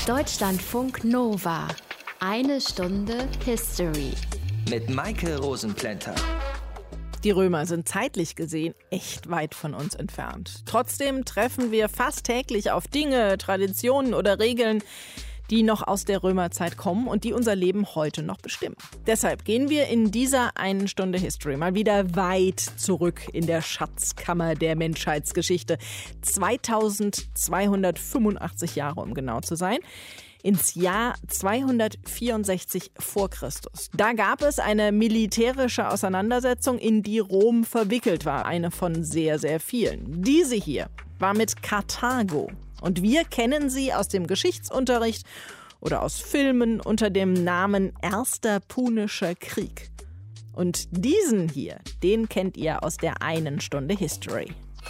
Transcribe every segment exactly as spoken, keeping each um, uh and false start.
Deutschlandfunk Nova. Eine Stunde History. Mit Maike Rosenplanter. Die Römer sind zeitlich gesehen echt weit von uns entfernt. Trotzdem treffen wir fast täglich auf Dinge, Traditionen oder Regeln, die noch aus der Römerzeit kommen und die unser Leben heute noch bestimmen. Deshalb gehen wir in dieser einen Stunde History mal wieder weit zurück in der Schatzkammer der Menschheitsgeschichte. zweitausendzweihundertfünfundachtzig Jahre, um genau zu sein. Ins Jahr zweihundertvierundsechzig vor Christus. Da gab es eine militärische Auseinandersetzung, in die Rom verwickelt war. Eine von sehr, sehr vielen. Diese hier war mit Karthago. Und wir kennen sie aus dem Geschichtsunterricht oder aus Filmen unter dem Namen Erster Punischer Krieg. Und diesen hier, den kennt ihr aus der einen Stunde History.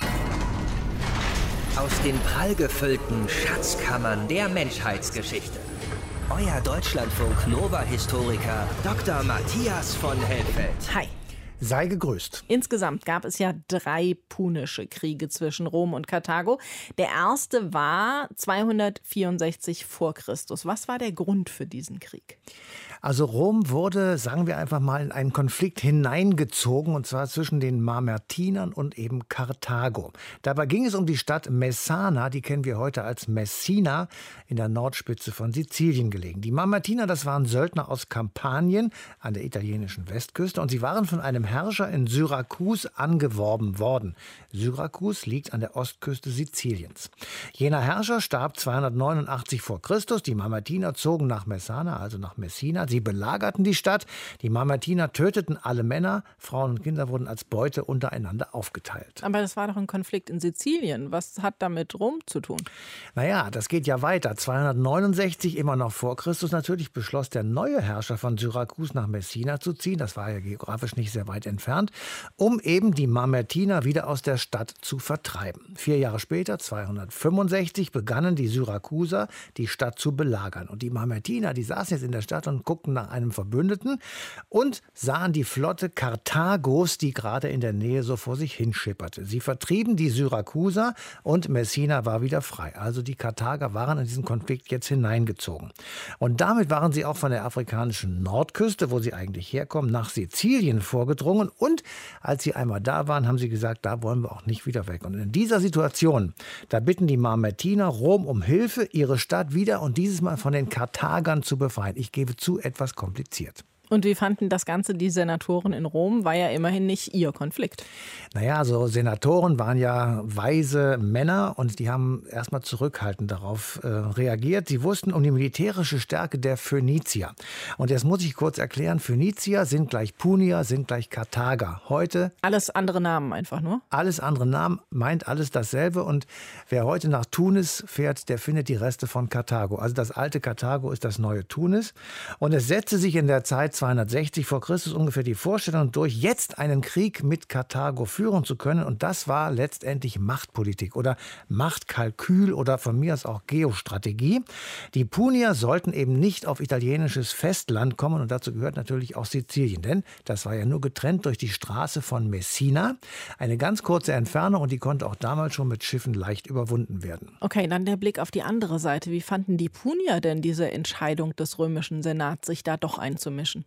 Aus den prallgefüllten Schatzkammern der Menschheitsgeschichte. Euer Deutschlandfunk Nova-Historiker Doktor Matthias von Helfeld. Hi. Sei gegrüßt. Insgesamt gab es ja drei punische Kriege zwischen Rom und Karthago. Der erste war zweihundertvierundsechzig vor Christus. Was war der Grund für diesen Krieg? Also Rom wurde, sagen wir einfach mal, in einen Konflikt hineingezogen, und zwar zwischen den Mamertinern und eben Karthago. Dabei ging es um die Stadt Messana, die kennen wir heute als Messina, in der Nordspitze von Sizilien gelegen. Die Mamertiner, das waren Söldner aus Kampanien an der italienischen Westküste, und sie waren von einem Herrscher in Syrakus angeworben worden. Syrakus liegt an der Ostküste Siziliens. Jener Herrscher starb zweihundertneunundachtzig vor Christus. Die Mamertiner zogen nach Messana, also nach Messina. Sie belagerten die Stadt. Die Mamertiner töteten alle Männer. Frauen und Kinder wurden als Beute untereinander aufgeteilt. Aber das war doch ein Konflikt in Sizilien. Was hat damit Rom zu tun? Naja, das geht ja weiter. zweihundertneunundsechzig, immer noch vor Christus natürlich, beschloss der neue Herrscher von Syrakus nach Messina zu ziehen. Das war ja geografisch nicht sehr weit entfernt, um eben die Mamertiner wieder aus der Stadt zu vertreiben. Vier Jahre später, zweihundertfünfundsechzig, begannen die Syrakuser, die Stadt zu belagern. Und die Mamertiner, die saßen jetzt in der Stadt und guckten nach einem Verbündeten und sahen die Flotte Karthagos, die gerade in der Nähe so vor sich hinschipperte. Sie vertrieben die Syrakuser und Messina war wieder frei. Also die Karthager waren in diesen Konflikt jetzt hineingezogen. Und damit waren sie auch von der afrikanischen Nordküste, wo sie eigentlich herkommen, nach Sizilien vorgedrungen. Und als sie einmal da waren, haben sie gesagt, da wollen wir auch nicht wieder weg. Und in dieser Situation, da bitten die Mamertiner Rom um Hilfe, ihre Stadt wieder und dieses Mal von den Karthagern zu befreien. Ich gebe zu, etwas kompliziert. Und wie fanden das Ganze die Senatoren in Rom? War ja immerhin nicht ihr Konflikt. Naja, so Senatoren waren ja weise Männer und die haben erstmal zurückhaltend darauf äh, reagiert. Sie wussten um die militärische Stärke der Phönizier. Und jetzt muss ich kurz erklären, Phönizier sind gleich Punier, sind gleich Karthager. Heute alles andere Namen einfach nur? Alles andere Namen, meint alles dasselbe. Und wer heute nach Tunis fährt, der findet die Reste von Karthago. Also das alte Karthago ist das neue Tunis. Und es setzte sich in der Zeit zweihundertsechzig vor Christus ungefähr die Vorstellung durch, jetzt einen Krieg mit Karthago führen zu können. Und das war letztendlich Machtpolitik oder Machtkalkül oder von mir aus auch Geostrategie. Die Punier sollten eben nicht auf italienisches Festland kommen und dazu gehört natürlich auch Sizilien, denn das war ja nur getrennt durch die Straße von Messina. Eine ganz kurze Entfernung und die konnte auch damals schon mit Schiffen leicht überwunden werden. Okay, dann der Blick auf die andere Seite. Wie fanden die Punier denn diese Entscheidung des römischen Senats, sich da doch einzumischen?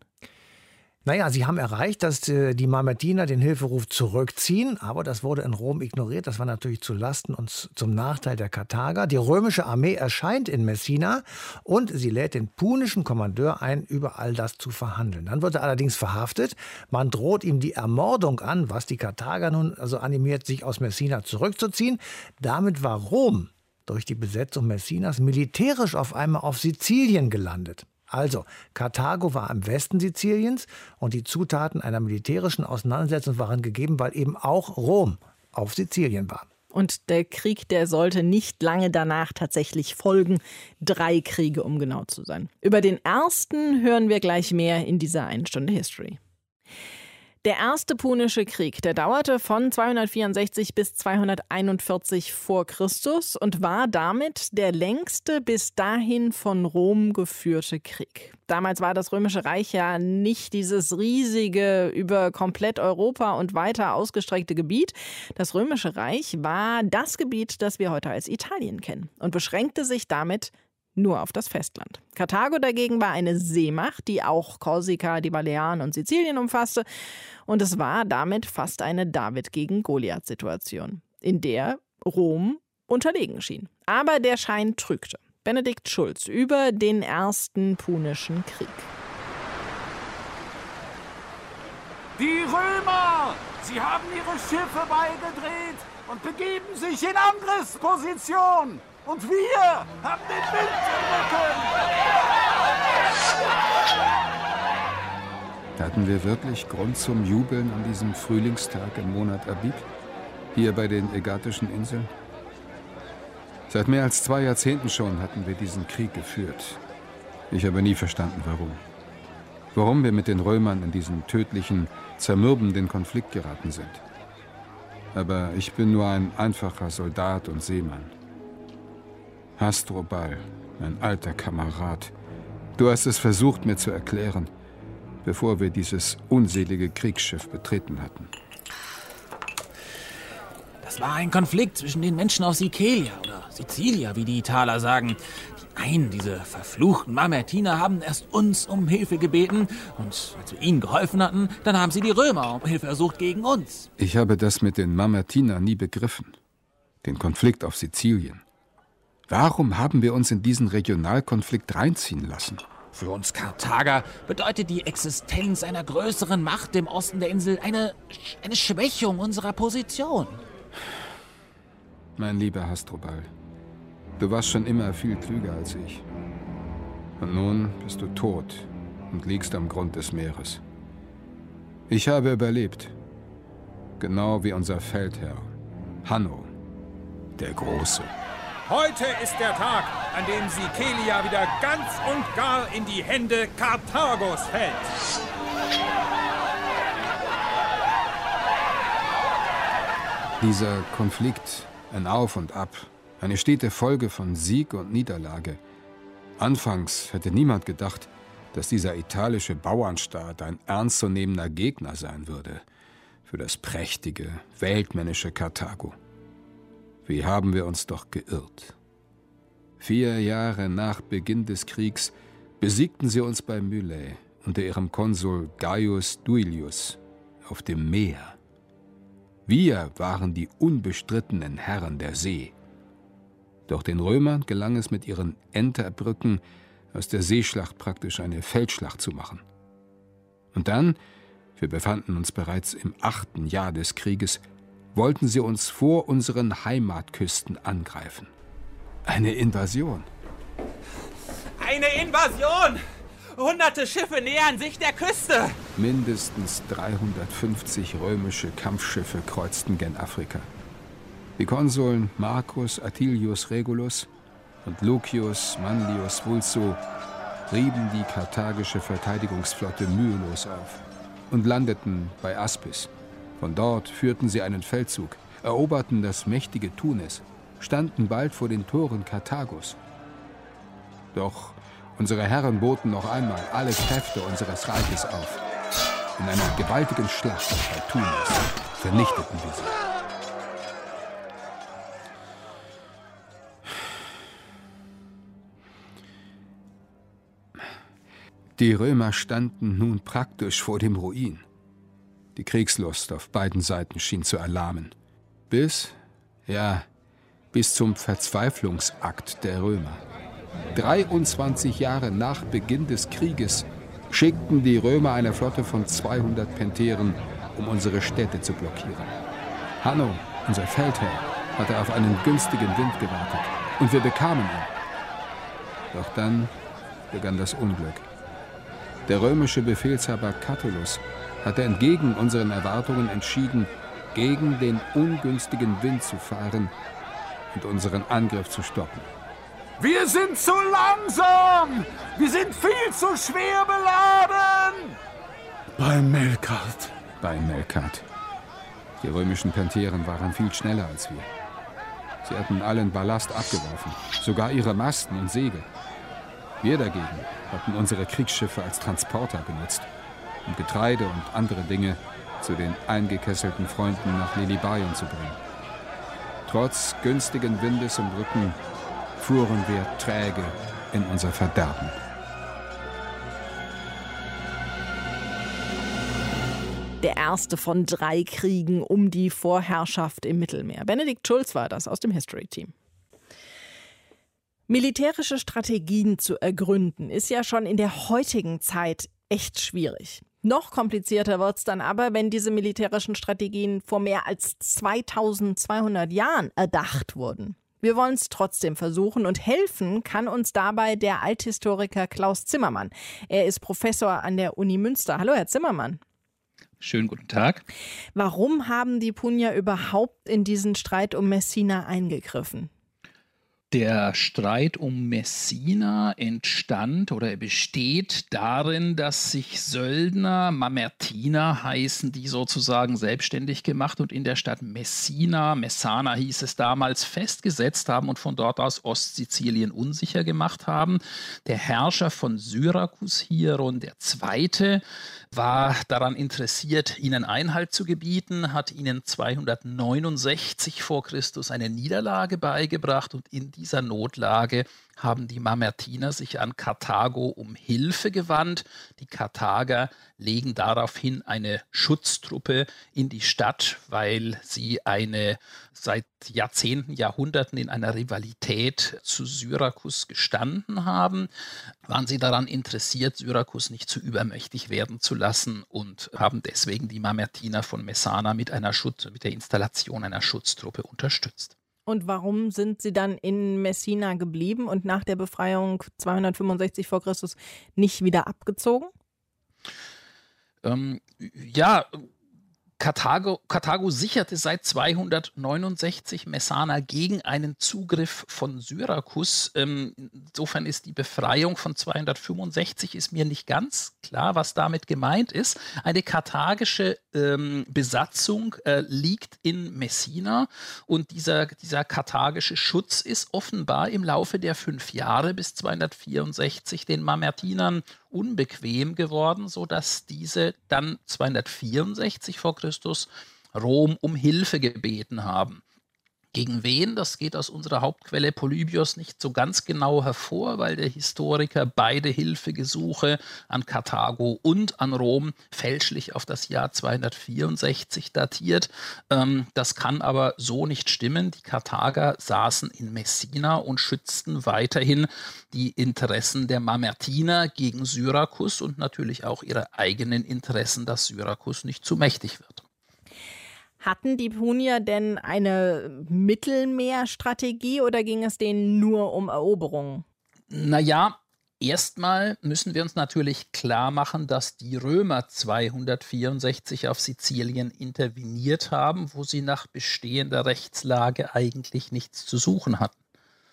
Naja, sie haben erreicht, dass äh, die Mamertiner den Hilferuf zurückziehen, aber das wurde in Rom ignoriert. Das war natürlich zu Lasten und zum Nachteil der Karthager. Die römische Armee erscheint in Messina und sie lädt den punischen Kommandeur ein, über all das zu verhandeln. Dann wird er allerdings verhaftet. Man droht ihm die Ermordung an, was die Karthager nun also animiert, sich aus Messina zurückzuziehen. Damit war Rom durch die Besetzung Messinas militärisch auf einmal auf Sizilien gelandet. Also, Karthago war im Westen Siziliens und die Zutaten einer militärischen Auseinandersetzung waren gegeben, weil eben auch Rom auf Sizilien war. Und der Krieg, der sollte nicht lange danach tatsächlich folgen. Drei Kriege, um genau zu sein. Über den ersten hören wir gleich mehr in dieser einen Stunde History. Der erste Punische Krieg, der dauerte von zweihundertvierundsechzig bis zweihunderteinundvierzig vor Christus und war damit der längste bis dahin von Rom geführte Krieg. Damals war das Römische Reich ja nicht dieses riesige, über komplett Europa und weiter ausgestreckte Gebiet. Das Römische Reich war das Gebiet, das wir heute als Italien kennen und beschränkte sich damit nur auf das Festland. Karthago dagegen war eine Seemacht, die auch Korsika, die Balearen und Sizilien umfasste. Und es war damit fast eine David gegen Goliath-Situation, in der Rom unterlegen schien. Aber der Schein trügte. Benedikt Schulz über den Ersten Punischen Krieg. Die Römer! Sie haben ihre Schiffe beigedreht und begeben sich in Angriffsposition. Und wir haben den Wind im Rücken. Hatten wir wirklich Grund zum Jubeln an diesem Frühlingstag im Monat Abib? Hier bei den Ägatischen Inseln? Seit mehr als zwei Jahrzehnten schon hatten wir diesen Krieg geführt. Ich habe nie verstanden, warum. Warum wir mit den Römern in diesen tödlichen, zermürbenden Konflikt geraten sind. Aber ich bin nur ein einfacher Soldat und Seemann. Hasdrubal, mein alter Kamerad, du hast es versucht, mir zu erklären, bevor wir dieses unselige Kriegsschiff betreten hatten. Das war ein Konflikt zwischen den Menschen aus Sikelia oder Sizilia, wie die Italer sagen. Die einen, diese verfluchten Mamertiner, haben erst uns um Hilfe gebeten. Und als wir ihnen geholfen hatten, dann haben sie die Römer um Hilfe ersucht gegen uns. Ich habe das mit den Mamertinern nie begriffen. Den Konflikt auf Sizilien. Warum haben wir uns in diesen Regionalkonflikt reinziehen lassen? Für uns Karthager bedeutet die Existenz einer größeren Macht im Osten der Insel eine, eine Schwächung unserer Position. Mein lieber Hasdrubal, du warst schon immer viel klüger als ich. Und nun bist du tot und liegst am Grund des Meeres. Ich habe überlebt. Genau wie unser Feldherr, Hanno, der Große. Heute ist der Tag, an dem Sikelia wieder ganz und gar in die Hände Karthagos fällt. Dieser Konflikt, ein Auf und Ab, eine stete Folge von Sieg und Niederlage. Anfangs hätte niemand gedacht, dass dieser italische Bauernstaat ein ernstzunehmender Gegner sein würde für das prächtige, weltmännische Karthago. Wie haben wir uns doch geirrt. Vier Jahre nach Beginn des Kriegs besiegten sie uns bei Mylae unter ihrem Konsul Gaius Duilius auf dem Meer. Wir waren die unbestrittenen Herren der See. Doch den Römern gelang es mit ihren Enterbrücken aus der Seeschlacht praktisch eine Feldschlacht zu machen. Und dann, wir befanden uns bereits im achten Jahr des Krieges, wollten sie uns vor unseren Heimatküsten angreifen. Eine Invasion. Eine Invasion! Hunderte Schiffe nähern sich der Küste! Mindestens dreihundertfünfzig römische Kampfschiffe kreuzten gen Afrika. Die Konsuln Marcus Atilius Regulus und Lucius Manlius Vulso rieben die karthagische Verteidigungsflotte mühelos auf und landeten bei Aspis. Von dort führten sie einen Feldzug, eroberten das mächtige Tunis, standen bald vor den Toren Karthagos. Doch unsere Herren boten noch einmal alle Kräfte unseres Reiches auf. In einer gewaltigen Schlacht bei Tunis vernichteten wir sie. Die Römer standen nun praktisch vor dem Ruin. Die Kriegslust auf beiden Seiten schien zu erlahmen. Bis, ja, bis zum Verzweiflungsakt der Römer. dreiundzwanzig Jahre nach Beginn des Krieges schickten die Römer eine Flotte von zweihundert Pentheren, um unsere Städte zu blockieren. Hanno, unser Feldherr, hatte auf einen günstigen Wind gewartet und wir bekamen ihn. Doch dann begann das Unglück. Der römische Befehlshaber Catulus hatte entgegen unseren Erwartungen entschieden, gegen den ungünstigen Wind zu fahren und unseren Angriff zu stoppen. Wir sind zu langsam! Wir sind viel zu schwer beladen! Bei Melkart. Bei Melkart. Die römischen Pentheren waren viel schneller als wir. Sie hatten allen Ballast abgeworfen, sogar ihre Masten und Segel. Wir dagegen hatten unsere Kriegsschiffe als Transporter genutzt, um Getreide und andere Dinge zu den eingekesselten Freunden nach Lilybaion zu bringen. Trotz günstigen Windes im Rücken fuhren wir träge in unser Verderben. Der erste von drei Kriegen um die Vorherrschaft im Mittelmeer. Benedikt Schulz war das aus dem History-Team. Militärische Strategien zu ergründen, ist ja schon in der heutigen Zeit echt schwierig. Noch komplizierter wird es dann aber, wenn diese militärischen Strategien vor mehr als zweitausendzweihundert Jahren erdacht wurden. Wir wollen es trotzdem versuchen und helfen kann uns dabei der Althistoriker Klaus Zimmermann. Er ist Professor an der Uni Münster. Hallo, Herr Zimmermann. Schönen guten Tag. Warum haben die Punier überhaupt in diesen Streit um Messina eingegriffen? Der Streit um Messina entstand oder besteht darin, dass sich Söldner, Mamertiner heißen, die sozusagen selbstständig gemacht und in der Stadt Messina, Messana hieß es damals, festgesetzt haben und von dort aus Ostsizilien unsicher gemacht haben. Der Herrscher von Syrakus, Hieron der Zweite, war daran interessiert, ihnen Einhalt zu gebieten, hat ihnen zweihundertneunundsechzig vor Christus eine Niederlage beigebracht und in dieser Notlage haben die Mamertiner sich an Karthago um Hilfe gewandt. Die Karthager legen daraufhin eine Schutztruppe in die Stadt, weil sie eine seit Jahrzehnten, Jahrhunderten in einer Rivalität zu Syrakus gestanden haben. Waren sie daran interessiert, Syrakus nicht zu übermächtig werden zu lassen und haben deswegen die Mamertiner von Messana mit einer Schutz, mit der Installation einer Schutztruppe unterstützt. Und warum sind sie dann in Messina geblieben und nach der Befreiung zweihundertfünfundsechzig vor Christus nicht wieder abgezogen? Ähm, ja, Karthago, Karthago sicherte seit zweihundertneunundsechzig Messana gegen einen Zugriff von Syrakus. Ähm, insofern ist die Befreiung von zweihundertfünfundsechzig ist mir nicht ganz klar, was damit gemeint ist. Eine karthagische ähm, Besatzung äh, liegt in Messina und dieser, dieser karthagische Schutz ist offenbar im Laufe der fünf Jahre bis zweihundertvierundsechzig den Mamertinern unbequem geworden, sodass diese dann zweihundertvierundsechzig vor Christus Rom um Hilfe gebeten haben. Gegen wen? Das geht aus unserer Hauptquelle Polybios nicht so ganz genau hervor, weil der Historiker beide Hilfegesuche an Karthago und an Rom fälschlich auf das Jahr zweihundertvierundsechzig datiert. Ähm, das kann aber so nicht stimmen. Die Karthager saßen in Messina und schützten weiterhin die Interessen der Mamertiner gegen Syrakus und natürlich auch ihre eigenen Interessen, dass Syrakus nicht zu mächtig wird. Hatten die Punier denn eine Mittelmeerstrategie oder ging es denen nur um Eroberungen? Naja, erstmal müssen wir uns natürlich klar machen, dass die Römer zweihundertvierundsechzig auf Sizilien interveniert haben, wo sie nach bestehender Rechtslage eigentlich nichts zu suchen hatten.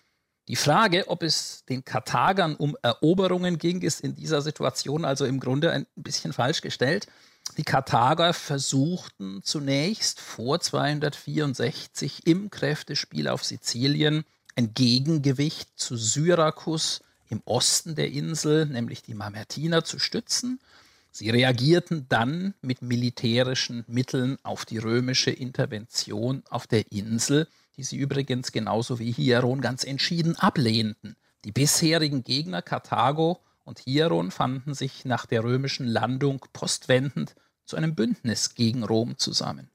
Die Frage, ob es den Karthagern um Eroberungen ging, ist in dieser Situation also im Grunde ein bisschen falsch gestellt. Die Karthager versuchten zunächst vor zweihundertvierundsechzig im Kräftespiel auf Sizilien ein Gegengewicht zu Syrakus im Osten der Insel, nämlich die Mamertiner, zu stützen. Sie reagierten dann mit militärischen Mitteln auf die römische Intervention auf der Insel, die sie übrigens genauso wie Hieron ganz entschieden ablehnten. Die bisherigen Gegner Karthago und Hieron fanden sich nach der römischen Landung postwendend zu einem Bündnis gegen Rom zusammen.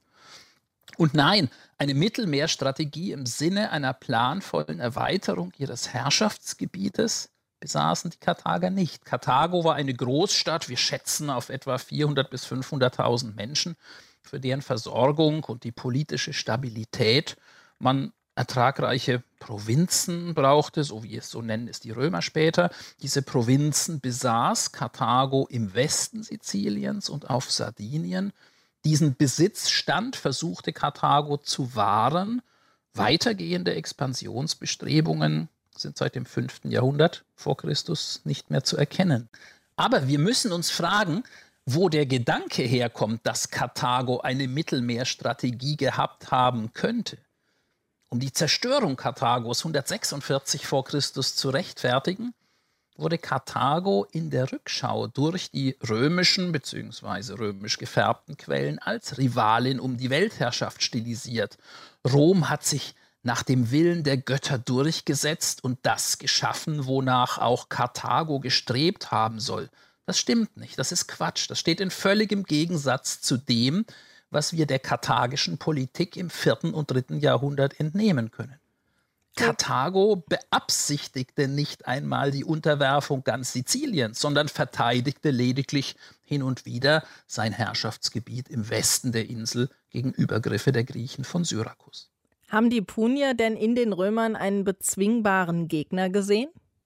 Und nein, eine Mittelmeerstrategie im Sinne einer planvollen Erweiterung ihres Herrschaftsgebietes besaßen die Karthager nicht. Karthago war eine Großstadt, wir schätzen auf etwa vierhundert bis fünfhunderttausend Menschen, für deren Versorgung und die politische Stabilität man ertragreiche Provinzen brauchte, so wie es so nennen es die Römer später. Diese Provinzen besaß Karthago im Westen Siziliens und auf Sardinien. Diesen Besitzstand versuchte Karthago zu wahren. Weitergehende Expansionsbestrebungen sind seit dem fünften Jahrhundert vor Christus nicht mehr zu erkennen. Aber wir müssen uns fragen, wo der Gedanke herkommt, dass Karthago eine Mittelmeerstrategie gehabt haben könnte. Um die Zerstörung Karthagos hundertsechsundvierzig vor Christus zu rechtfertigen, wurde Karthago in der Rückschau durch die römischen bzw. römisch gefärbten Quellen als Rivalin um die Weltherrschaft stilisiert. Rom hat sich nach dem Willen der Götter durchgesetzt und das geschaffen, wonach auch Karthago gestrebt haben soll. Das stimmt nicht, das ist Quatsch. Das steht in völligem Gegensatz zu dem, was wir der karthagischen Politik im vierten und dritten Jahrhundert entnehmen können. Karthago beabsichtigte nicht einmal die Unterwerfung ganz Siziliens, sondern verteidigte lediglich hin und wieder sein Herrschaftsgebiet im Westen der Insel gegen Übergriffe der Griechen von Syrakus. Haben die Punier denn in den Römern einen bezwingbaren Gegner gesehen?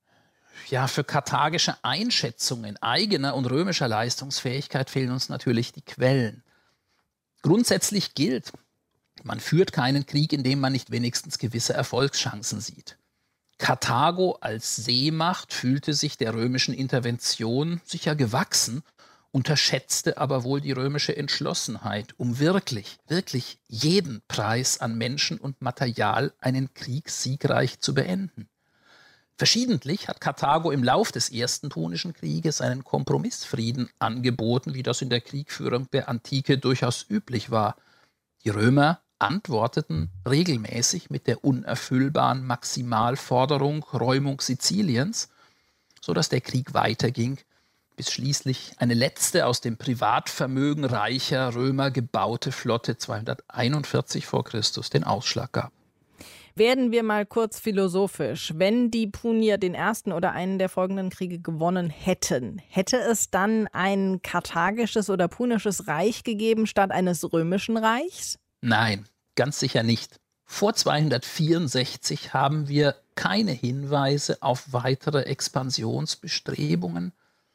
Ja, für karthagische Einschätzungen eigener und römischer Leistungsfähigkeit fehlen uns natürlich die Quellen. Grundsätzlich gilt, man führt keinen Krieg, in dem man nicht wenigstens gewisse Erfolgschancen sieht. Karthago als Seemacht fühlte sich der römischen Intervention sicher gewachsen, unterschätzte aber wohl die römische Entschlossenheit, um wirklich, wirklich jeden Preis an Menschen und Material einen Krieg siegreich zu beenden. Verschiedentlich hat Karthago im Lauf des Ersten Punischen Krieges einen Kompromissfrieden angeboten, wie das in der Kriegführung der Antike durchaus üblich war. Die Römer antworteten regelmäßig mit der unerfüllbaren Maximalforderung Räumung Siziliens, sodass der Krieg weiterging, bis schließlich eine letzte aus dem Privatvermögen reicher Römer gebaute Flotte zweihunderteinundvierzig vor Christus den Ausschlag gab. Werden wir mal kurz philosophisch. Wenn die Punier den ersten oder einen der folgenden Kriege gewonnen hätten, hätte es dann ein karthagisches oder punisches Reich gegeben statt eines römischen Reichs? Nein, ganz sicher nicht. Vor zweihundertvierundsechzig haben wir keine Hinweise auf weitere Expansionsbestrebungen.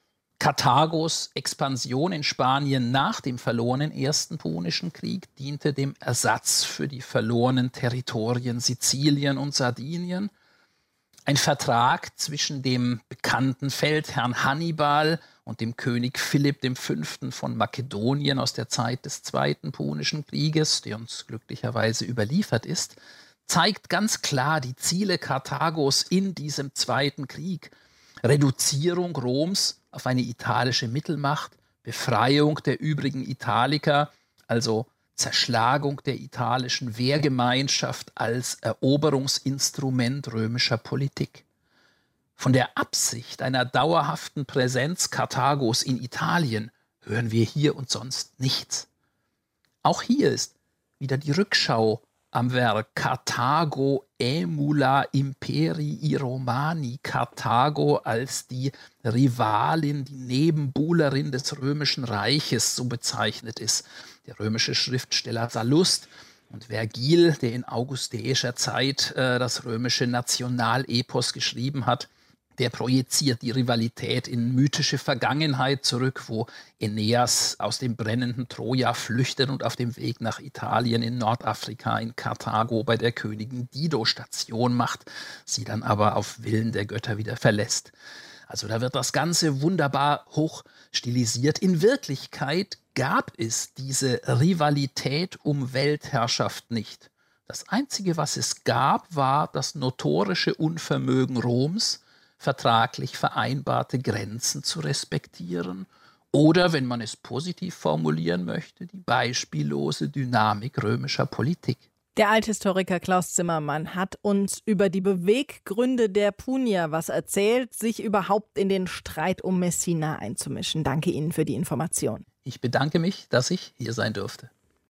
Karthagos Expansion in Spanien nach dem verlorenen Ersten Punischen Krieg diente dem Ersatz für die verlorenen Territorien Sizilien und Sardinien. Ein Vertrag zwischen dem bekannten Feldherrn Hannibal und dem König Philipp der Fünfte von Makedonien aus der Zeit des Zweiten Punischen Krieges, der uns glücklicherweise überliefert ist, zeigt ganz klar die Ziele Karthagos in diesem Zweiten Krieg. Reduzierung Roms auf eine italische Mittelmacht, Befreiung der übrigen Italiker, also Zerschlagung der italischen Wehrgemeinschaft als Eroberungsinstrument römischer Politik. Von der Absicht einer dauerhaften Präsenz Karthagos in Italien hören wir hier und sonst nichts. Auch hier ist wieder die Rückschau am Werk. Karthago emula imperii Romani. Karthago als die Rivalin, die Nebenbuhlerin des römischen Reiches, so bezeichnet ist der römische Schriftsteller Sallust. Und Vergil, der in augusteischer Zeit äh, das römische Nationalepos geschrieben hat, der projiziert die Rivalität in mythische Vergangenheit zurück, wo Aeneas aus dem brennenden Troja flüchtet und auf dem Weg nach Italien in Nordafrika in Karthago bei der Königin Dido Station macht, sie dann aber auf Willen der Götter wieder verlässt. Also da wird das Ganze wunderbar hoch stilisiert. In Wirklichkeit gab es diese Rivalität um Weltherrschaft nicht. Das Einzige, was es gab, war das notorische Unvermögen Roms, vertraglich vereinbarte Grenzen zu respektieren oder, wenn man es positiv formulieren möchte, die beispiellose Dynamik römischer Politik. Der Althistoriker Klaus Zimmermann hat uns über die Beweggründe der Punier was erzählt, sich überhaupt in den Streit um Messina einzumischen. Danke Ihnen für die Information. Ich bedanke mich, dass ich hier sein durfte.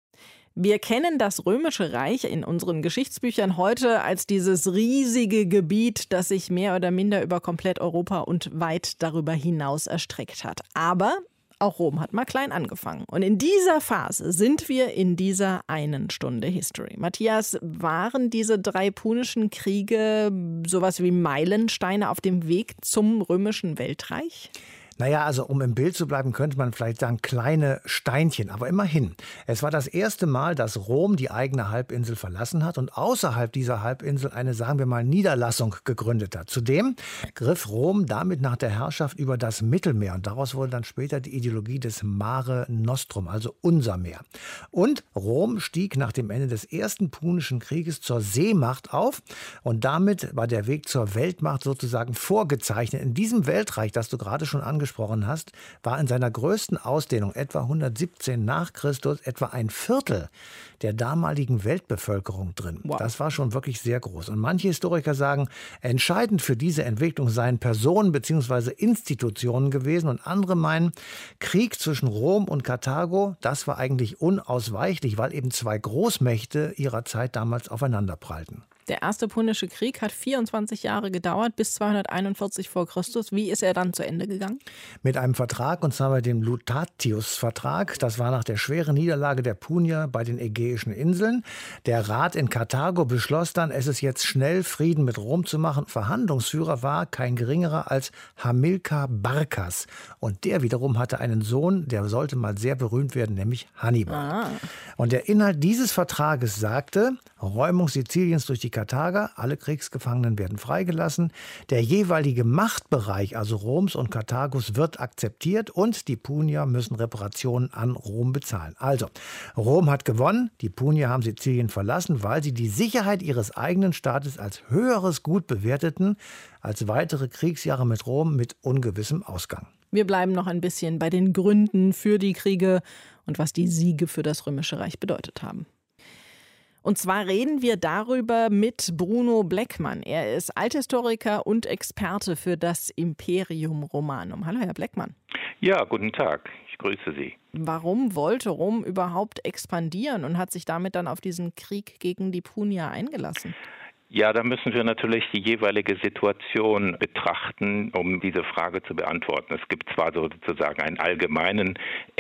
Wir kennen das Römische Reich in unseren Geschichtsbüchern heute als dieses riesige Gebiet, das sich mehr oder minder über komplett Europa und weit darüber hinaus erstreckt hat. Aber auch Rom hat mal klein angefangen. Und in dieser Phase sind wir in dieser einen Stunde History. Matthias, waren diese drei punischen Kriege sowas wie Meilensteine auf dem Weg zum römischen Weltreich? Naja, also um im Bild zu bleiben, könnte man vielleicht sagen, kleine Steinchen. Aber immerhin, es war das erste Mal, dass Rom die eigene Halbinsel verlassen hat und außerhalb dieser Halbinsel eine, sagen wir mal, Niederlassung gegründet hat. Zudem griff Rom damit nach der Herrschaft über das Mittelmeer. Und daraus wurde dann später die Ideologie des Mare Nostrum, also unser Meer. Und Rom stieg nach dem Ende des Ersten Punischen Krieges zur Seemacht auf. Und damit war der Weg zur Weltmacht sozusagen vorgezeichnet. In diesem Weltreich, das du gerade schon angesprochen angesprochen hast, war in seiner größten Ausdehnung, etwa hundertsiebzehn nach Christus, etwa ein Viertel der damaligen Weltbevölkerung drin. Wow. Das war schon wirklich sehr groß. Und manche Historiker sagen, entscheidend für diese Entwicklung seien Personen bzw. Institutionen gewesen. Und andere meinen, Krieg zwischen Rom und Karthago, das war eigentlich unausweichlich, weil eben zwei Großmächte ihrer Zeit damals aufeinanderprallten. Der erste Punische Krieg hat vierundzwanzig Jahre gedauert, bis zweihunderteinundvierzig vor Christus. Wie ist er dann zu Ende gegangen? Mit einem Vertrag, und zwar mit dem Lutatius-Vertrag. Das war nach der schweren Niederlage der Punier bei den Ägäischen Inseln. Der Rat in Karthago beschloss dann, es ist jetzt schnell Frieden mit Rom zu machen. Verhandlungsführer war kein geringerer als Hamilkar Barkas. Und der wiederum hatte einen Sohn, der sollte mal sehr berühmt werden, nämlich Hannibal. Ah. Und der Inhalt dieses Vertrages sagte, Räumung Siziliens durch die Karthager, alle Kriegsgefangenen werden freigelassen. Der jeweilige Machtbereich, also Roms und Karthagos, wird akzeptiert und die Punier müssen Reparationen an Rom bezahlen. Also, Rom hat gewonnen, die Punier haben Sizilien verlassen, weil sie die Sicherheit ihres eigenen Staates als höheres Gut bewerteten, als weitere Kriegsjahre mit Rom mit ungewissem Ausgang. Wir bleiben noch ein bisschen bei den Gründen für die Kriege und was die Siege für das Römische Reich bedeutet haben. Und zwar reden wir darüber mit Bruno Bleckmann. Er ist Althistoriker und Experte für das Imperium Romanum. Hallo, Herr Bleckmann. Ja, guten Tag. Ich grüße Sie. Warum wollte Rom überhaupt expandieren und hat sich damit dann auf diesen Krieg gegen die Punier eingelassen? Ja, da müssen wir natürlich die jeweilige Situation betrachten, um diese Frage zu beantworten. Es gibt zwar sozusagen einen allgemeinen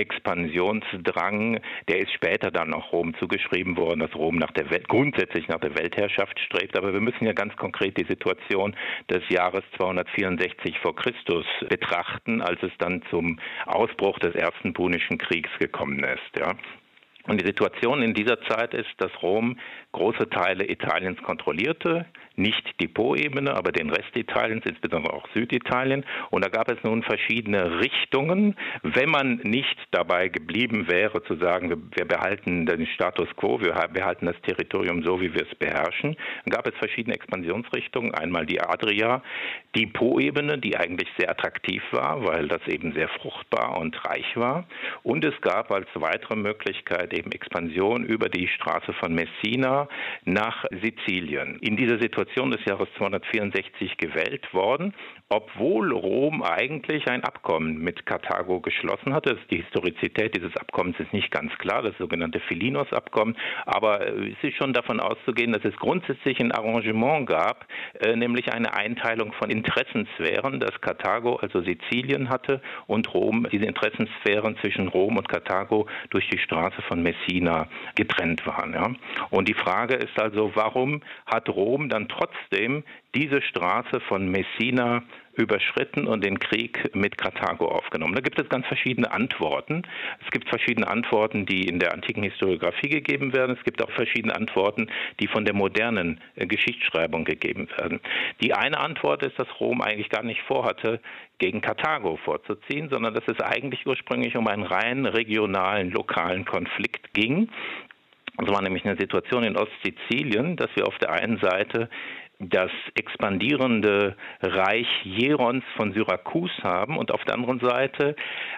Expansionsdrang, der ist später dann auch Rom zugeschrieben worden, dass Rom nach der Welt, grundsätzlich nach der Weltherrschaft strebt, aber wir müssen ja ganz konkret die Situation des Jahres zweihundertvierundsechzig vor Christus betrachten, als es dann zum Ausbruch des ersten Punischen Kriegs gekommen ist, ja. Und die Situation in dieser Zeit ist, dass Rom große Teile Italiens kontrollierte, nicht die Po-Ebene, aber den Rest Italiens, insbesondere auch Süditalien. Und da gab es nun verschiedene Richtungen. Wenn man nicht dabei geblieben wäre, zu sagen, wir, wir behalten den Status quo, wir behalten das Territorium so, wie wir es beherrschen, dann gab es verschiedene Expansionsrichtungen. Einmal die Adria, die Po-Ebene, die eigentlich sehr attraktiv war, weil das eben sehr fruchtbar und reich war. Und es gab als weitere Möglichkeit eben Expansion über die Straße von Messina nach Sizilien. In dieser Situation des Jahres zweihundertvierundsechzig gewählt worden, obwohl Rom eigentlich ein Abkommen mit Karthago geschlossen hatte. Die Historizität dieses Abkommens ist nicht ganz klar, das sogenannte Filinos-Abkommen, aber es ist schon davon auszugehen, dass es grundsätzlich ein Arrangement gab, äh, nämlich eine Einteilung von Interessensphären, dass Karthago also Sizilien hatte und Rom, diese Interessensphären zwischen Rom und Karthago durch die Straße von Messina getrennt waren. Ja. Und die Frage ist also, warum hat Rom dann trotzdem diese Straße von Messina überschritten und den Krieg mit Karthago aufgenommen? Da gibt es ganz verschiedene Antworten. Es gibt verschiedene Antworten, die in der antiken Historiographie gegeben werden. Es gibt auch verschiedene Antworten, die von der modernen äh, Geschichtsschreibung gegeben werden. Die eine Antwort ist, dass Rom eigentlich gar nicht vorhatte, gegen Karthago vorzuziehen, sondern dass es eigentlich ursprünglich um einen rein regionalen, lokalen Konflikt ging. Es war nämlich eine Situation in Ostsizilien, dass wir auf der einen Seite das expandierende Reich Hierons von Syrakus haben und auf der anderen Seite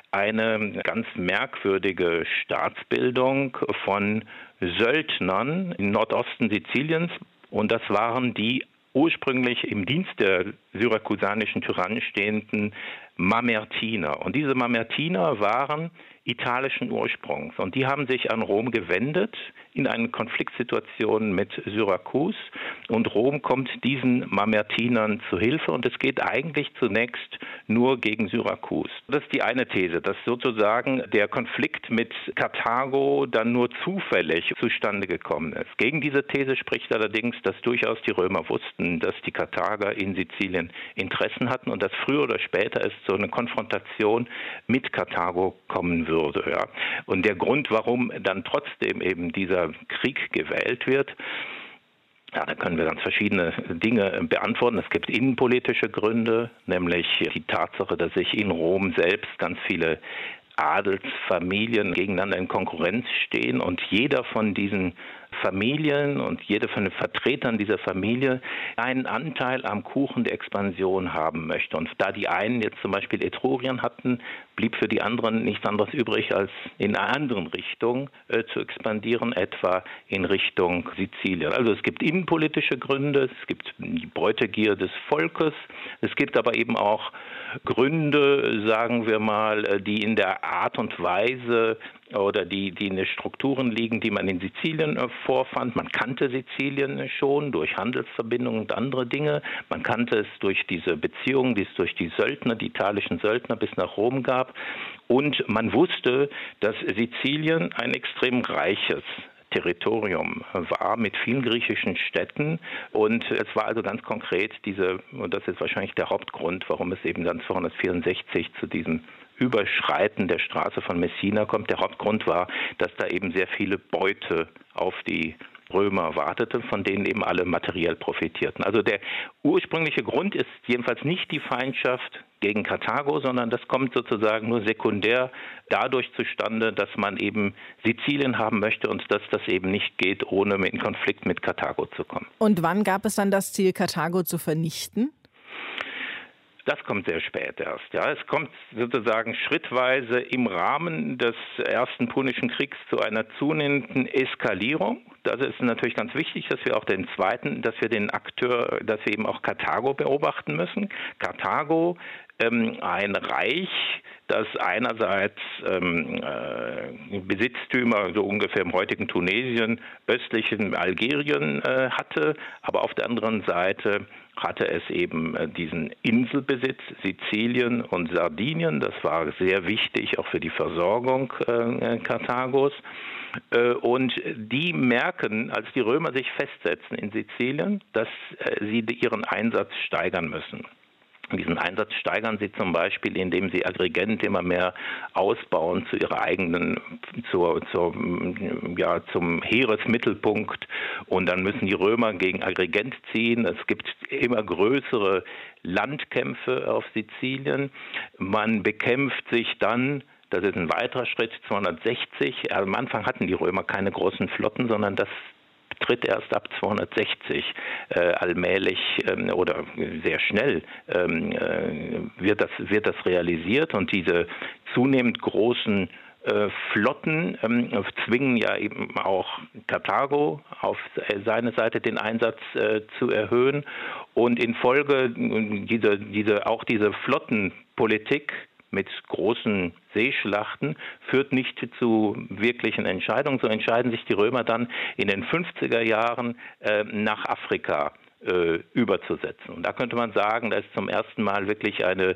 eine ganz merkwürdige Staatsbildung von Söldnern im Nordosten Siziliens. Und das waren die ursprünglich im Dienst der syrakusanischen Tyrannen stehenden Mamertiner. Und diese Mamertiner waren italischen Ursprungs. Und die haben sich an Rom gewendet in eine Konfliktsituation mit Syrakus. Und Rom kommt diesen Mamertinern zu Hilfe. Und es geht eigentlich zunächst nur gegen Syrakus. Das ist die eine These, dass sozusagen der Konflikt mit Karthago dann nur zufällig zustande gekommen ist. Gegen diese These spricht allerdings, dass durchaus die Römer wussten, dass die Karthager in Sizilien Interessen hatten und dass früher oder später es zu einer Konfrontation mit Karthago kommen würde. Ja. Und der Grund, warum dann trotzdem eben dieser Krieg gewählt wird, ja, da können wir ganz verschiedene Dinge beantworten. Es gibt innenpolitische Gründe, nämlich die Tatsache, dass sich in Rom selbst ganz viele Adelsfamilien gegeneinander in Konkurrenz stehen und jeder von diesen Familien und jede von den Vertretern dieser Familie einen Anteil am Kuchen der Expansion haben möchte. Und da die einen jetzt zum Beispiel Etrurien hatten, blieb für die anderen nichts anderes übrig, als in einer anderen Richtung äh, zu expandieren, etwa in Richtung Sizilien. Also es gibt innenpolitische Gründe, es gibt die Beutegier des Volkes, es gibt aber eben auch Gründe, sagen wir mal, die in der Art und Weise oder die, die in den Strukturen liegen, die man in Sizilien vorfand. Man kannte Sizilien schon durch Handelsverbindungen und andere Dinge. Man kannte es durch diese Beziehungen, die es durch die Söldner, die italischen Söldner bis nach Rom gab. Und man wusste, dass Sizilien ein extrem reiches Territorium war mit vielen griechischen Städten und es war also ganz konkret diese, und das ist wahrscheinlich der Hauptgrund, warum es eben dann zweihundertvierundsechzig zu diesem Überschreiten der Straße von Messina kommt. Der Hauptgrund war, dass da eben sehr viele Beute auf die Römer wartete, von denen eben alle materiell profitierten. Also der ursprüngliche Grund ist jedenfalls nicht die Feindschaft gegen Karthago, sondern das kommt sozusagen nur sekundär dadurch zustande, dass man eben Sizilien haben möchte und dass das eben nicht geht, ohne in Konflikt mit Karthago zu kommen. Und wann gab es dann das Ziel, Karthago zu vernichten? Das kommt sehr spät erst. Ja, es kommt sozusagen schrittweise im Rahmen des ersten Punischen Kriegs zu einer zunehmenden Eskalierung. Das ist natürlich ganz wichtig, dass wir auch den zweiten, dass wir den Akteur, dass wir eben auch Karthago beobachten müssen. Karthago, ähm, ein Reich, das einerseits ähm, äh, Besitztümer so ungefähr im heutigen Tunesien, östlichen Algerien äh, hatte, aber auf der anderen Seite hatte es eben äh, diesen Inselbesitz, Sizilien und Sardinien. Das war sehr wichtig auch für die Versorgung äh, Karthagos. Äh, und die merken, als die Römer sich festsetzen in Sizilien, dass äh, sie ihren Einsatz steigern müssen. Diesen Einsatz steigern sie zum Beispiel, indem sie Agrigent immer mehr ausbauen zu ihrer eigenen, zur, zur, ja, zum Heeresmittelpunkt. Und dann müssen die Römer gegen Agrigent ziehen. Es gibt immer größere Landkämpfe auf Sizilien. Man bekämpft sich dann. Das ist ein weiterer Schritt, zweihundertsechzig. Am Anfang hatten die Römer keine großen Flotten, sondern das tritt erst ab zweihundertsechzig äh, allmählich ähm, oder sehr schnell ähm, äh, wird das, wird das realisiert und diese zunehmend großen äh, Flotten ähm, zwingen ja eben auch Karthago auf seine Seite den Einsatz äh, zu erhöhen und infolge diese, diese, auch diese Flottenpolitik mit großen Seeschlachten führt nicht zu wirklichen Entscheidungen. So entscheiden sich die Römer dann in den fünfziger Jahren äh, nach Afrika äh, überzusetzen. Und da könnte man sagen, da ist zum ersten Mal wirklich eine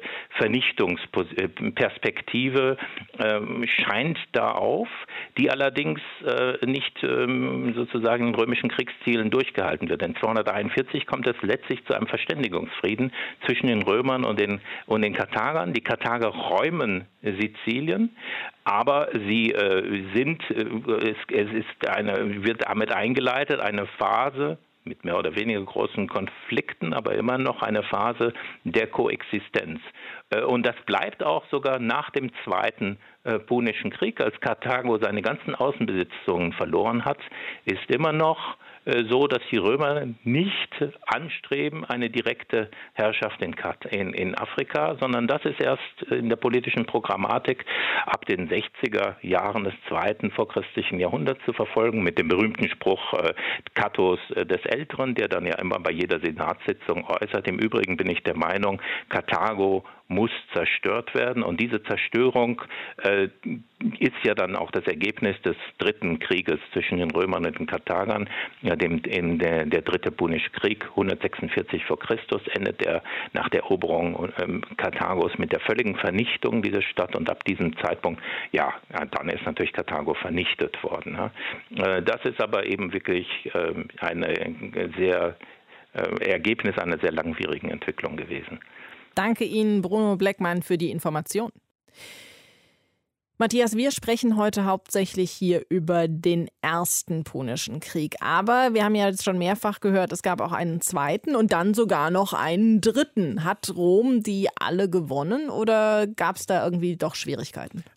Vernichtungsperspektive äh, scheint da auf, die allerdings äh, nicht äh, sozusagen in römischen Kriegszielen durchgehalten wird. Denn zweihunderteinundvierzig kommt es letztlich zu einem Verständigungsfrieden zwischen den Römern und den, und den Karthagern. Die Karthager räumen Sizilien, aber sie äh, sind, äh, es, es ist eine, wird damit eingeleitet, eine Phase mit mehr oder weniger großen Konflikten, aber immer noch eine Phase der Koexistenz. Und das bleibt auch sogar nach dem Zweiten Punischen Krieg, als Karthago seine ganzen Außenbesitzungen verloren hat, ist immer noch so, dass die Römer nicht anstreben, eine direkte Herrschaft in, in, in Afrika, sondern das ist erst in der politischen Programmatik ab den sechziger Jahren des zweiten vorchristlichen Jahrhunderts zu verfolgen, mit dem berühmten Spruch äh, Catos äh, des Älteren, der dann ja immer bei jeder Senatssitzung äußert. Im Übrigen bin ich der Meinung, Karthago muss zerstört werden. Und diese Zerstörung äh, ist ja dann auch das Ergebnis des dritten Krieges zwischen den Römern und den Karthagern. Ja, dem, in der, der dritte Punische Krieg, hundertsechsundvierzig vor Christus, endet er nach der Eroberung ähm, Karthagos mit der völligen Vernichtung dieser Stadt. Und ab diesem Zeitpunkt, ja, dann ist natürlich Karthago vernichtet worden. Ja. Äh, das ist aber eben wirklich äh, eine sehr äh, Ergebnis einer sehr langwierigen Entwicklung gewesen. Danke Ihnen, Bruno Bleckmann, für die Information. Matthias, wir sprechen heute hauptsächlich hier über den ersten Punischen Krieg. Aber wir haben ja jetzt schon mehrfach gehört, es gab auch einen zweiten und dann sogar noch einen dritten. Hat Rom die alle gewonnen oder gab es da irgendwie doch Schwierigkeiten?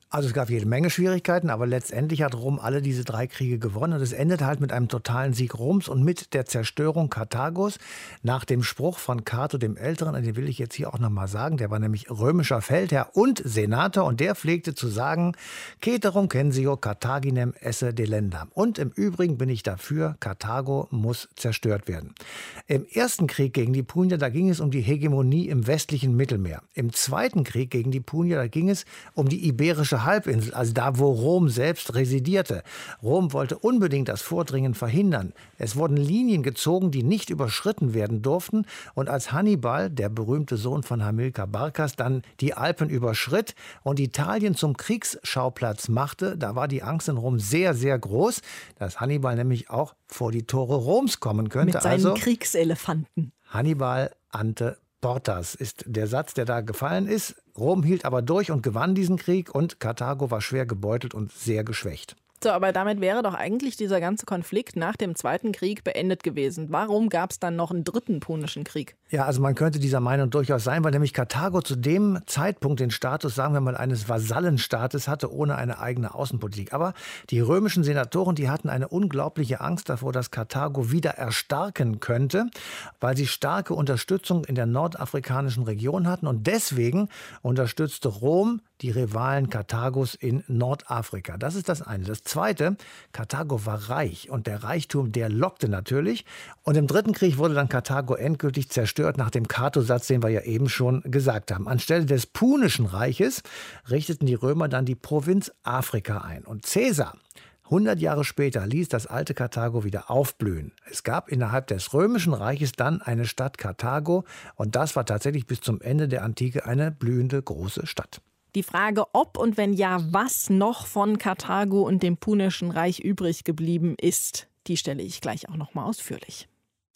Also es gab jede Menge Schwierigkeiten, aber letztendlich hat Rom alle diese drei Kriege gewonnen. Und es endet halt mit einem totalen Sieg Roms und mit der Zerstörung Karthagos nach dem Spruch von Cato dem Älteren. Und den will ich jetzt hier auch nochmal sagen. Der war nämlich römischer Feldherr und Senator. Und der pflegte zu sagen, Ceterum censeo Carthaginem esse delendam. Und im Übrigen bin ich dafür, Karthago muss zerstört werden. Im ersten Krieg gegen die Punier, da ging es um die Hegemonie im westlichen Mittelmeer. Im zweiten Krieg gegen die Punier, da ging es um die iberische Halbinsel, also da, wo Rom selbst residierte. Rom wollte unbedingt das Vordringen verhindern. Es wurden Linien gezogen, die nicht überschritten werden durften. Und als Hannibal, der berühmte Sohn von Hamilcar Barcas, dann die Alpen überschritt und Italien zum Kriegsschauplatz machte, da war die Angst in Rom sehr, sehr groß, dass Hannibal nämlich auch vor die Tore Roms kommen könnte. Mit seinen also, Kriegselefanten. Hannibal ante Portas ist der Satz, der da gefallen ist. Rom hielt aber durch und gewann diesen Krieg und Karthago war schwer gebeutelt und sehr geschwächt. So, aber damit wäre doch eigentlich dieser ganze Konflikt nach dem Zweiten Krieg beendet gewesen. Warum gab es dann noch einen dritten Punischen Krieg? Ja, also man könnte dieser Meinung durchaus sein, weil nämlich Karthago zu dem Zeitpunkt den Status, sagen wir mal, eines Vasallenstaates hatte, ohne eine eigene Außenpolitik. Aber die römischen Senatoren, die hatten eine unglaubliche Angst davor, dass Karthago wieder erstarken könnte, weil sie starke Unterstützung in der nordafrikanischen Region hatten. Und deswegen unterstützte Rom die Rivalen Karthagos in Nordafrika. Das ist das eine. Das zweite, Karthago war reich und der Reichtum, der lockte natürlich. Und im dritten Krieg wurde dann Karthago endgültig zerstört nach dem Cato-Satz, den wir ja eben schon gesagt haben. Anstelle des Punischen Reiches richteten die Römer dann die Provinz Afrika ein. Und Caesar, hundert Jahre später, ließ das alte Karthago wieder aufblühen. Es gab innerhalb des Römischen Reiches dann eine Stadt Karthago und das war tatsächlich bis zum Ende der Antike eine blühende große Stadt. Die Frage, ob und wenn ja, was noch von Karthago und dem Punischen Reich übrig geblieben ist, die stelle ich gleich auch noch mal ausführlich.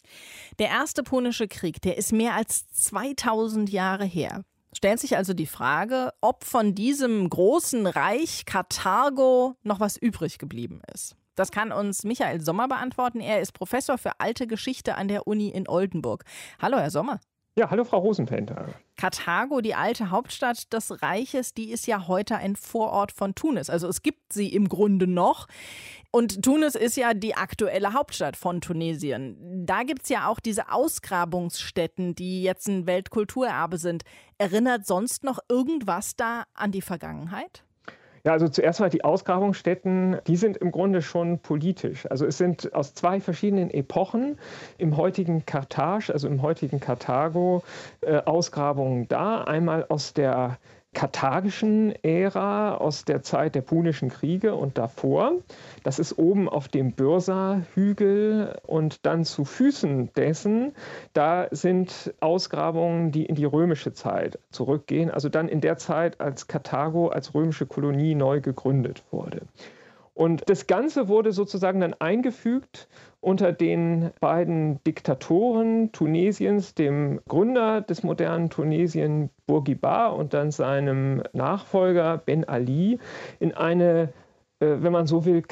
Der erste Punische Krieg, der ist mehr als zweitausend Jahre her. Stellt sich also die Frage, ob von diesem großen Reich Karthago noch was übrig geblieben ist. Das kann uns Michael Sommer beantworten. Er ist Professor für alte Geschichte an der Uni in Oldenburg. Hallo, Herr Sommer. Ja, hallo Frau Rosenplanter. Karthago, die alte Hauptstadt des Reiches, die ist ja heute ein Vorort von Tunis. Also es gibt sie im Grunde noch. Und Tunis ist ja die aktuelle Hauptstadt von Tunesien. Da gibt es ja auch diese Ausgrabungsstätten, die jetzt ein Weltkulturerbe sind. Erinnert sonst noch irgendwas da an die Vergangenheit? Ja, also zuerst mal die Ausgrabungsstätten, die sind im Grunde schon politisch. Also es sind aus zwei verschiedenen Epochen im heutigen Karthage, also im heutigen Karthago, äh, Ausgrabungen da. Einmal aus der karthagischen Ära, aus der Zeit der Punischen Kriege und davor. Das ist oben auf dem Byrsa-Hügel und dann zu Füßen dessen, da sind Ausgrabungen, die in die römische Zeit zurückgehen, also dann in der Zeit, als Karthago als römische Kolonie neu gegründet wurde. Und das Ganze wurde sozusagen dann eingefügt unter den beiden Diktatoren Tunesiens, dem Gründer des modernen Tunesien Bourguiba und dann seinem Nachfolger Ben Ali, in eine, wenn man so will,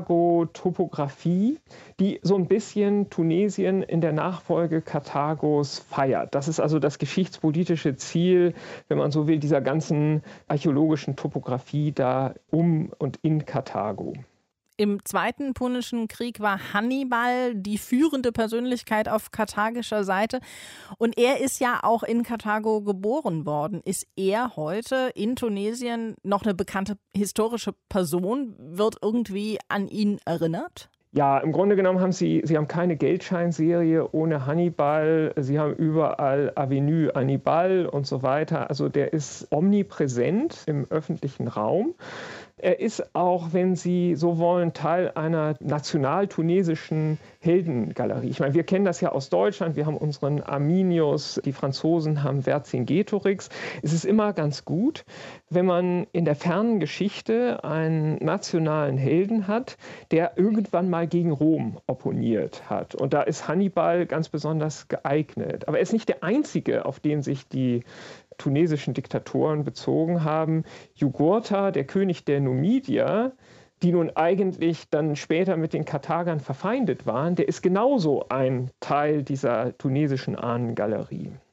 Karthago-Topographie, die so ein bisschen Tunesien in der Nachfolge Karthagos feiert. Das ist also das geschichtspolitische Ziel, wenn man so will, dieser ganzen archäologischen Topographie da um und in Karthago. Im Zweiten Punischen Krieg war Hannibal die führende Persönlichkeit auf karthagischer Seite. Und er ist ja auch in Karthago geboren worden. Ist er heute in Tunesien noch eine bekannte historische Person? Wird irgendwie an ihn erinnert? Ja, im Grunde genommen haben Sie, Sie haben keine Geldscheinserie ohne Hannibal. Sie haben überall Avenue Hannibal und so weiter. Also der ist omnipräsent im öffentlichen Raum. Er ist auch, wenn Sie so wollen, Teil einer national-tunesischen Heldengalerie. Ich meine, wir kennen das ja aus Deutschland. Wir haben unseren Arminius, die Franzosen haben Vercingetorix. Es ist immer ganz gut, wenn man in der fernen Geschichte einen nationalen Helden hat, der irgendwann mal gegen Rom opponiert hat. Und da ist Hannibal ganz besonders geeignet. Aber er ist nicht der einzige, auf den sich die tunesischen Diktatoren bezogen haben. Jugurtha, der König der Numidier, die nun eigentlich dann später mit den Karthagern verfeindet waren, der ist genauso ein Teil dieser tunesischen Ahnengalerie.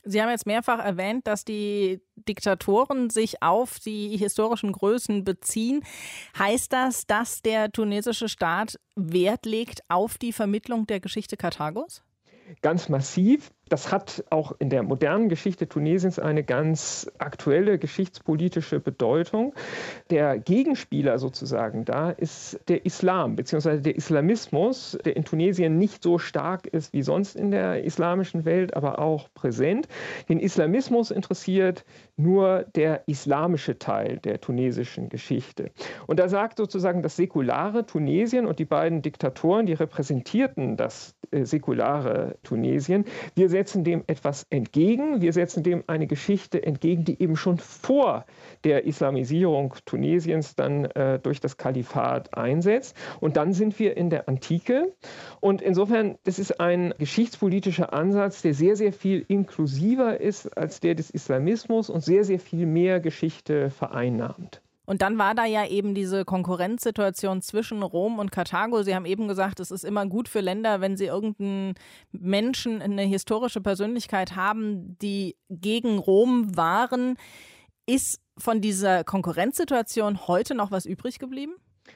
Sie haben jetzt mehrfach erwähnt, dass die Diktatoren sich auf die historischen Größen beziehen. Heißt das, dass der tunesische Staat Wert legt auf die Vermittlung der Geschichte Karthagos? Ganz massiv. Das hat auch in der modernen Geschichte Tunesiens eine ganz aktuelle geschichtspolitische Bedeutung. Der Gegenspieler sozusagen da ist der Islam bzw. der Islamismus, der in Tunesien nicht so stark ist wie sonst in der islamischen Welt, aber auch präsent. Den Islamismus interessiert nur der islamische Teil der tunesischen Geschichte. Und da sagt sozusagen das säkulare Tunesien und die beiden Diktatoren, die repräsentierten das äh, säkulare Tunesien, wir setzen dem etwas entgegen. Wir setzen dem eine Geschichte entgegen, die eben schon vor der Islamisierung Tunesiens dann äh, durch das Kalifat einsetzt. Und dann sind wir in der Antike. Und insofern, das ist ein geschichtspolitischer Ansatz, der sehr, sehr viel inklusiver ist als der des Islamismus und sehr, sehr viel mehr Geschichte vereinnahmt. Und dann war da ja eben diese Konkurrenzsituation zwischen Rom und Karthago. Sie haben eben gesagt, es ist immer gut für Länder, wenn sie irgendeinen Menschen, eine historische Persönlichkeit haben, die gegen Rom waren. Ist von dieser Konkurrenzsituation heute noch was übrig geblieben?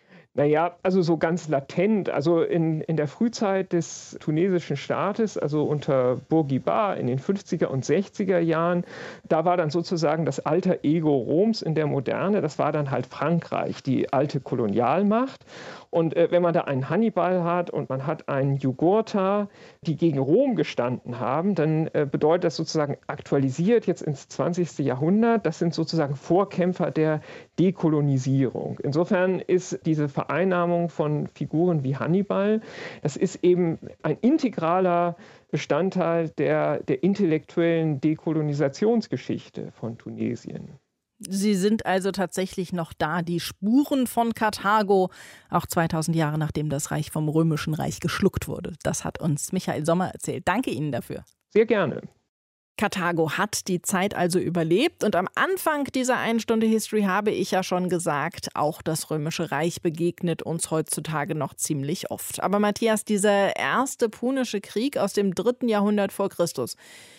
Naja, also so ganz latent, also in, in der Frühzeit des tunesischen Staates, also unter Bourguiba in den fünfziger und sechziger Jahren, da war dann sozusagen das alter Ego Roms in der Moderne, das war dann halt Frankreich, die alte Kolonialmacht. Und äh, wenn man da einen Hannibal hat und man hat einen Jugurtha, die gegen Rom gestanden haben, dann äh, bedeutet das sozusagen aktualisiert jetzt ins zwanzigste Jahrhundert. Das sind sozusagen Vorkämpfer der Dekolonisierung. Insofern ist diese Vereinnahmung von Figuren wie Hannibal, das ist eben ein integraler Bestandteil der, der intellektuellen Dekolonisationsgeschichte von Tunesien. Sie sind also tatsächlich noch da, die Spuren von Karthago, auch zweitausend Jahre nachdem das Reich vom Römischen Reich geschluckt wurde. Das hat uns Michael Sommer erzählt. Danke Ihnen dafür. Sehr gerne. Karthago hat die Zeit also überlebt und am Anfang dieser einen Stunde History habe ich ja schon gesagt, auch das Römische Reich begegnet uns heutzutage noch ziemlich oft. Aber Matthias, dieser erste Punische Krieg aus dem dritten Jahrhundert vor Christus,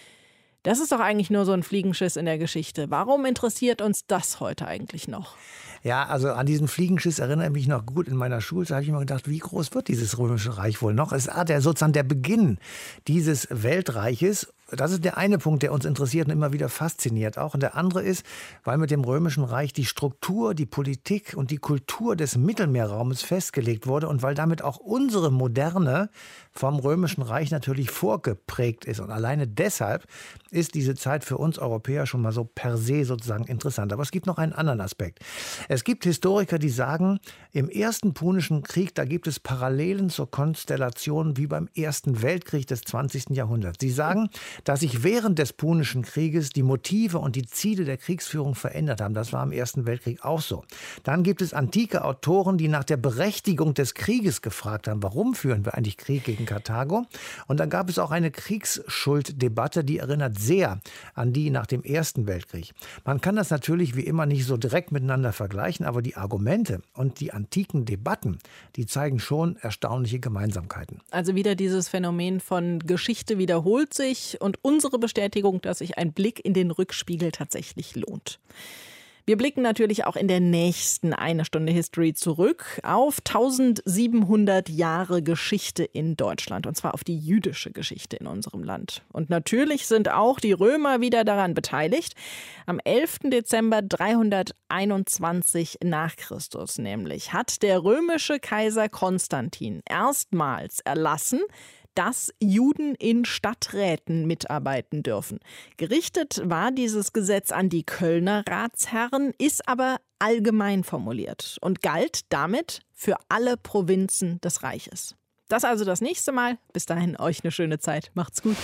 das ist doch eigentlich nur so ein Fliegenschiss in der Geschichte. Warum interessiert uns das heute eigentlich noch? Ja, also an diesen Fliegenschiss erinnere ich mich noch gut. In meiner Schulzeit habe ich immer gedacht, wie groß wird dieses Römische Reich wohl noch? Es ist der, sozusagen der Beginn dieses Weltreiches. Das ist der eine Punkt, der uns interessiert und immer wieder fasziniert auch. Und der andere ist, weil mit dem Römischen Reich die Struktur, die Politik und die Kultur des Mittelmeerraumes festgelegt wurde und weil damit auch unsere Moderne vom Römischen Reich natürlich vorgeprägt ist. Und alleine deshalb ist diese Zeit für uns Europäer schon mal so per se sozusagen interessant. Aber es gibt noch einen anderen Aspekt. Es gibt Historiker, die sagen, im ersten Punischen Krieg, da gibt es Parallelen zur Konstellation wie beim Ersten Weltkrieg des zwanzigsten Jahrhunderts. Sie sagen, dass sich während des Punischen Krieges die Motive und die Ziele der Kriegsführung verändert haben. Das war im Ersten Weltkrieg auch so. Dann gibt es antike Autoren, die nach der Berechtigung des Krieges gefragt haben, warum führen wir eigentlich Krieg gegen Karthago? Und dann gab es auch eine Kriegsschulddebatte, die erinnert sehr an die nach dem Ersten Weltkrieg. Man kann das natürlich wie immer nicht so direkt miteinander vergleichen, aber die Argumente und die antiken Debatten, die zeigen schon erstaunliche Gemeinsamkeiten. Also wieder dieses Phänomen von Geschichte wiederholt sich und unsere Bestätigung, dass sich ein Blick in den Rückspiegel tatsächlich lohnt. Wir blicken natürlich auch in der nächsten Eine Stunde History zurück auf eintausendsiebenhundert Jahre Geschichte in Deutschland, und zwar auf die jüdische Geschichte in unserem Land. Und natürlich sind auch die Römer wieder daran beteiligt. Am elften Dezember dreihunderteinundzwanzig nach Christus nämlich hat der römische Kaiser Konstantin erstmals erlassen, dass Juden in Stadträten mitarbeiten dürfen. Gerichtet war dieses Gesetz an die Kölner Ratsherren, ist aber allgemein formuliert und galt damit für alle Provinzen des Reiches. Das also das nächste Mal. Bis dahin euch eine schöne Zeit. Macht's gut.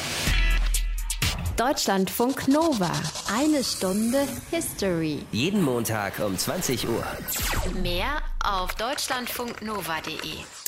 Deutschlandfunk Nova. Eine Stunde History. Jeden Montag um zwanzig Uhr. Mehr auf deutschlandfunknova punkt de.